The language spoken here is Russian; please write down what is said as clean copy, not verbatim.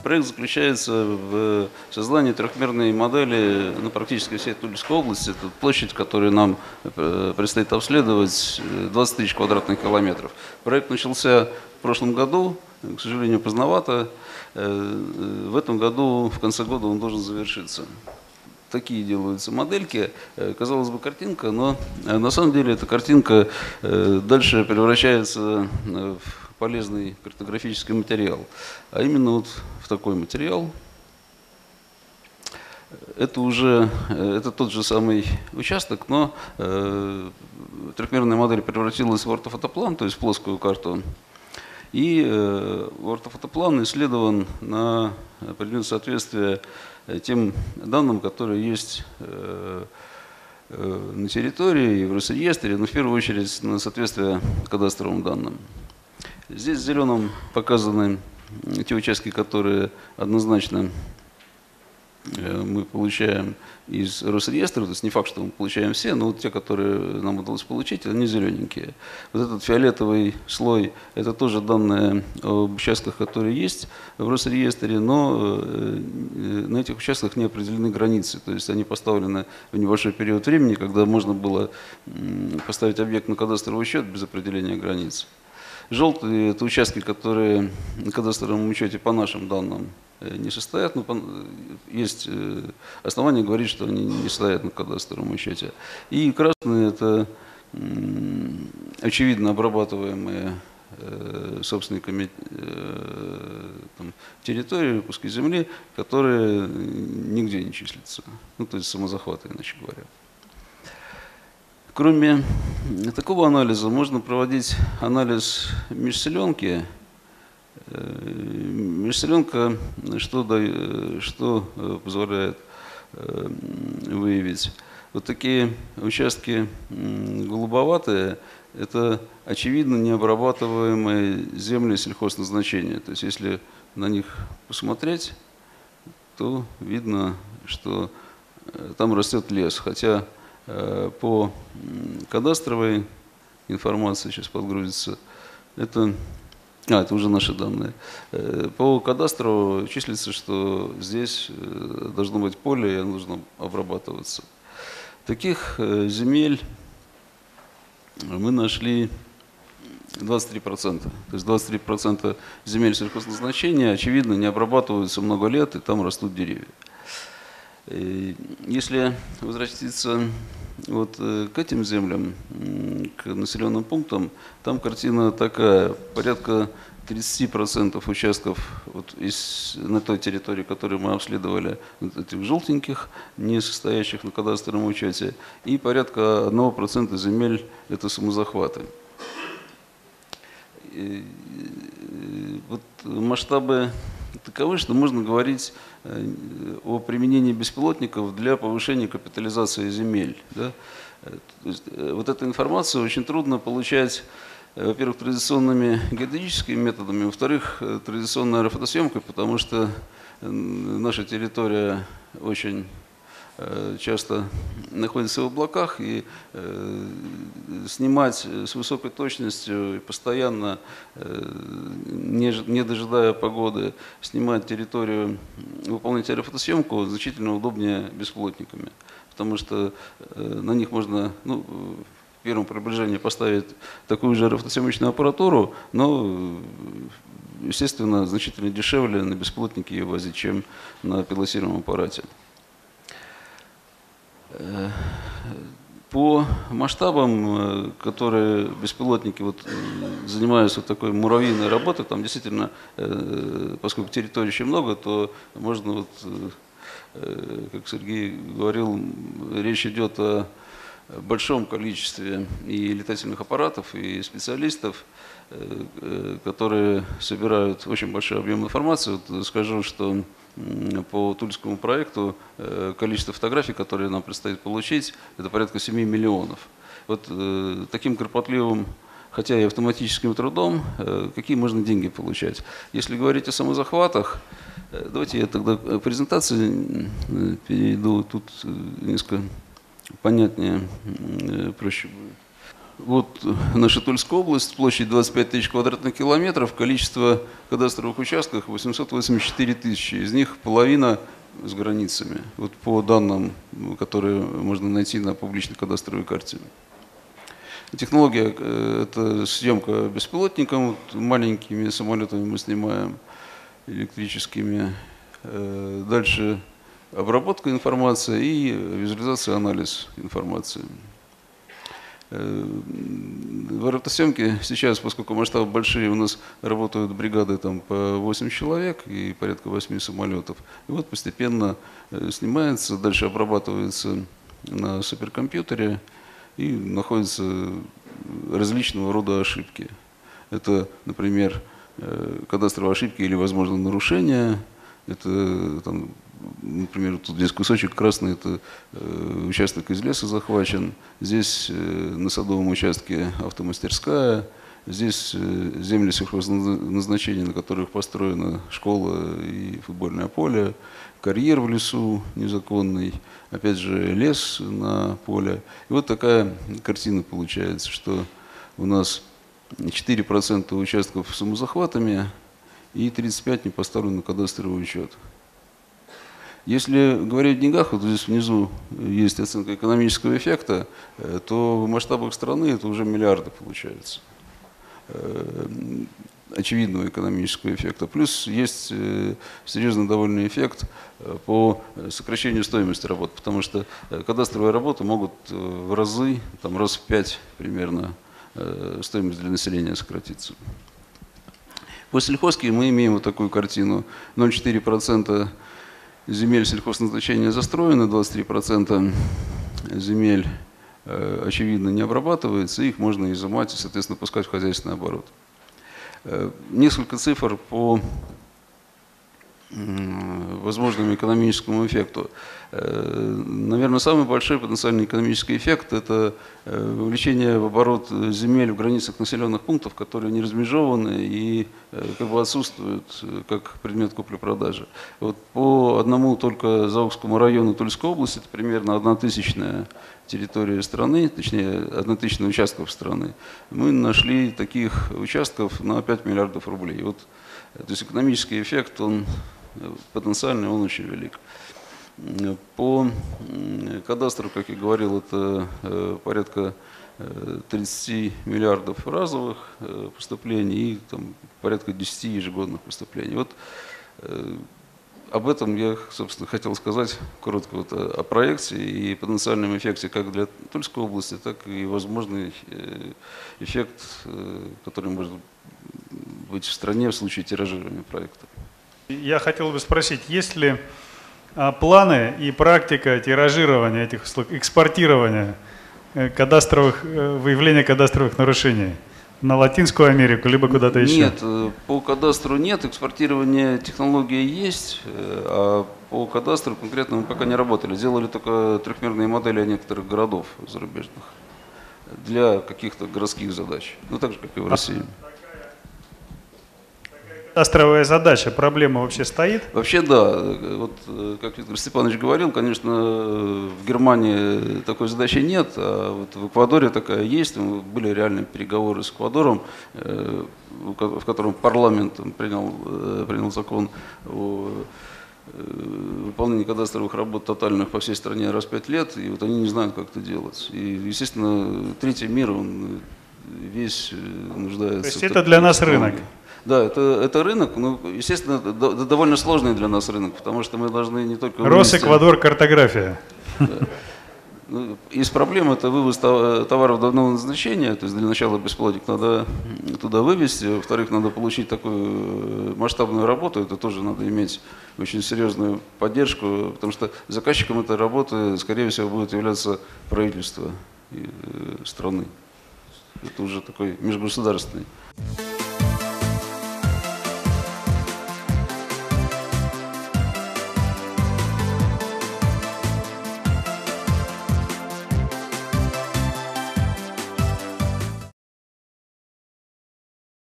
Проект заключается в создании трехмерной модели практически всей Тульской области. Это площадь, которую нам предстоит обследовать, 20 тысяч квадратных километров. Проект начался в прошлом году, к сожалению, поздновато. В этом году, в конце года, он должен завершиться. Такие делаются модельки. Казалось бы, картинка, но на самом деле эта картинка дальше превращается в полезный картографический материал. А именно вот в такой материал. Это тот же самый участок, но трехмерная модель превратилась в ортофотоплан, то есть в плоскую карту. И ортофотоплан исследован на определенное соответствие тем данным, которые есть на территории и в Росреестре, но в первую очередь на соответствие кадастровым данным. Здесь в зеленом показаны те участки, которые однозначно мы получаем из Росреестра. То есть не факт, что мы получаем все, но вот те, которые нам удалось получить, они зелененькие. Вот этот фиолетовый слой – это тоже данные об участках, которые есть в Росреестре, но на этих участках не определены границы. То есть они поставлены в небольшой период времени, когда можно было поставить объект на кадастровый учет без определения границ. Желтые – это участки, которые на кадастровом учете по нашим данным не состоят. Но есть основания говорить, что они не стоят на кадастровом учете. И красные – это очевидно обрабатываемые собственниками территории, выпуски земли, которые нигде не числятся. Ну, то есть самозахваты, иначе говоря. Кроме такого анализа можно проводить анализ межселенки. Межселенка что позволяет выявить? Вот такие участки голубоватые – это очевидно необрабатываемые земли сельхозназначения. То есть если на них посмотреть, то видно, что там растет лес. Хотя по кадастровой информации, сейчас подгрузится, это уже наши данные. По кадастру числится, что здесь должно быть поле, и оно должно обрабатываться. Таких земель мы нашли 23%. То есть 23% земель сельхозназначения, очевидно, не обрабатываются много лет, и там растут деревья. Если возвратиться вот к этим землям, к населенным пунктам, там картина такая: порядка 30% участков вот на той территории, которую мы обследовали, этих желтеньких, не состоящих на кадастровом учете, и порядка 1% земель – это самозахваты. Вот масштабы таковы, что можно говорить о применении беспилотников для повышения капитализации земель. Да? То есть, вот эту информацию очень трудно получать, во-первых, традиционными геодезическими методами, во-вторых, традиционной аэрофотосъемкой, потому что наша территория очень часто находится в облаках, и снимать с высокой точностью и постоянно, не дожидая погоды, снимать территорию, выполнять аэрофотосъемку значительно удобнее беспилотниками, потому что на них можно в первом приближении поставить такую же аэрофотосъемочную аппаратуру, но, естественно, значительно дешевле на беспилотнике ее возить, чем на пилотируемом аппарате. По масштабам, которые беспилотники занимаются такой муравьиной работой, там действительно, поскольку территорий очень много, то можно, как Сергей говорил, речь идет о большом количестве и летательных аппаратов, и специалистов, которые собирают очень большой объем информации. Вот скажу, что по тульскому проекту количество фотографий, которые нам предстоит получить, это порядка 7 миллионов. Вот таким кропотливым, хотя и автоматическим трудом, какие можно деньги получать? Если говорить о самозахватах, давайте я тогда к презентации перейду, тут несколько понятнее, проще будет. Вот наша Тульская область, площадь 25 тысяч квадратных километров, количество кадастровых участков 884 тысячи, из них половина с границами, вот по данным, которые можно найти на публичной кадастровой карте. Технология – это съемка беспилотником, вот маленькими самолетами мы снимаем, электрическими. Дальше обработка информации и визуализация, анализ информации. В аэротосъемке сейчас, поскольку масштабы большие, у нас работают бригады там, по 8 человек и порядка 8 самолетов. И вот постепенно снимается, дальше обрабатывается на суперкомпьютере и находятся различного рода ошибки. Это, например, кадастровые ошибки или, возможно, нарушения. Это, там, например, тут здесь кусочек красный, это участок из леса захвачен. Здесь на садовом участке автомастерская. Здесь земли сельхозназначения, на которых построена школа и футбольное поле. Карьер в лесу незаконный. Опять же, лес на поле. И вот такая картина получается, что у нас 4% участков с самозахватами и 35% не поставлено на кадастровый учет. Если говорить о деньгах, вот здесь внизу есть оценка экономического эффекта, то в масштабах страны это уже миллиарды получается. Очевидного экономического эффекта. Плюс есть серьезный довольно эффект по сокращению стоимости работ, потому что кадастровые работы могут в разы, там, раз в 5 примерно, стоимость для населения сократиться. По сельхозке мы имеем вот такую картину. 0,4% земель сельхозназначения застроены, 23% земель, очевидно, не обрабатывается, их можно изымать и, соответственно, пускать в хозяйственный оборот. Несколько цифр по возможному экономическому эффекту. Наверное, самый большой потенциальный экономический эффект – это вовлечение в оборот земель в границах населенных пунктов, которые не размежованы и как бы отсутствуют как предмет купли-продажи. Вот по одному только Заокскому району Тульской области, это примерно 1/1000 территория страны, точнее 1/1000 участков страны, мы нашли таких участков на 5 миллиардов рублей. Вот, то есть экономический эффект, он потенциальный, он очень велик. По кадастру, как я говорил, это порядка 30 миллиардов разовых поступлений и там, порядка 10 ежегодных поступлений. Вот об этом я, собственно, хотел сказать коротко вот о проекте и потенциальном эффекте как для Тульской области, так и возможный эффект, который может быть в стране в случае тиражирования проекта. Я хотел бы спросить, есть ли планы и практика тиражирования этих услуг, экспортирования выявления кадастровых нарушений на Латинскую Америку, либо куда-то еще? Нет, по кадастру нет, экспортирование технологии есть, а по кадастру конкретно мы пока не работали. Делали только трехмерные модели некоторых городов зарубежных для каких-то городских задач, ну так же, как и в России. Кадастровая задача, проблема вообще стоит? Вообще да. Вот, как Виктор Степанович говорил, конечно, в Германии такой задачи нет, а вот в Эквадоре такая есть. Были реальные переговоры с Эквадором, в котором парламент принял закон о выполнении кадастровых работ тотальных по всей стране раз в 5 лет, и вот они не знают, как это делать. И, естественно, третий мир, он весь нуждается. То есть это для нас рынок? Да, это рынок, ну, естественно, довольно сложный для нас рынок, потому что мы должны не только... Росэквадор, картография. Да. Из проблем это вывоз товаров двойного назначения, то есть для начала бесплатник надо туда вывести, во-вторых, надо получить такую масштабную работу, это тоже надо иметь очень серьезную поддержку, потому что заказчиком этой работы, скорее всего, будет являться правительство страны. Это уже такой межгосударственный.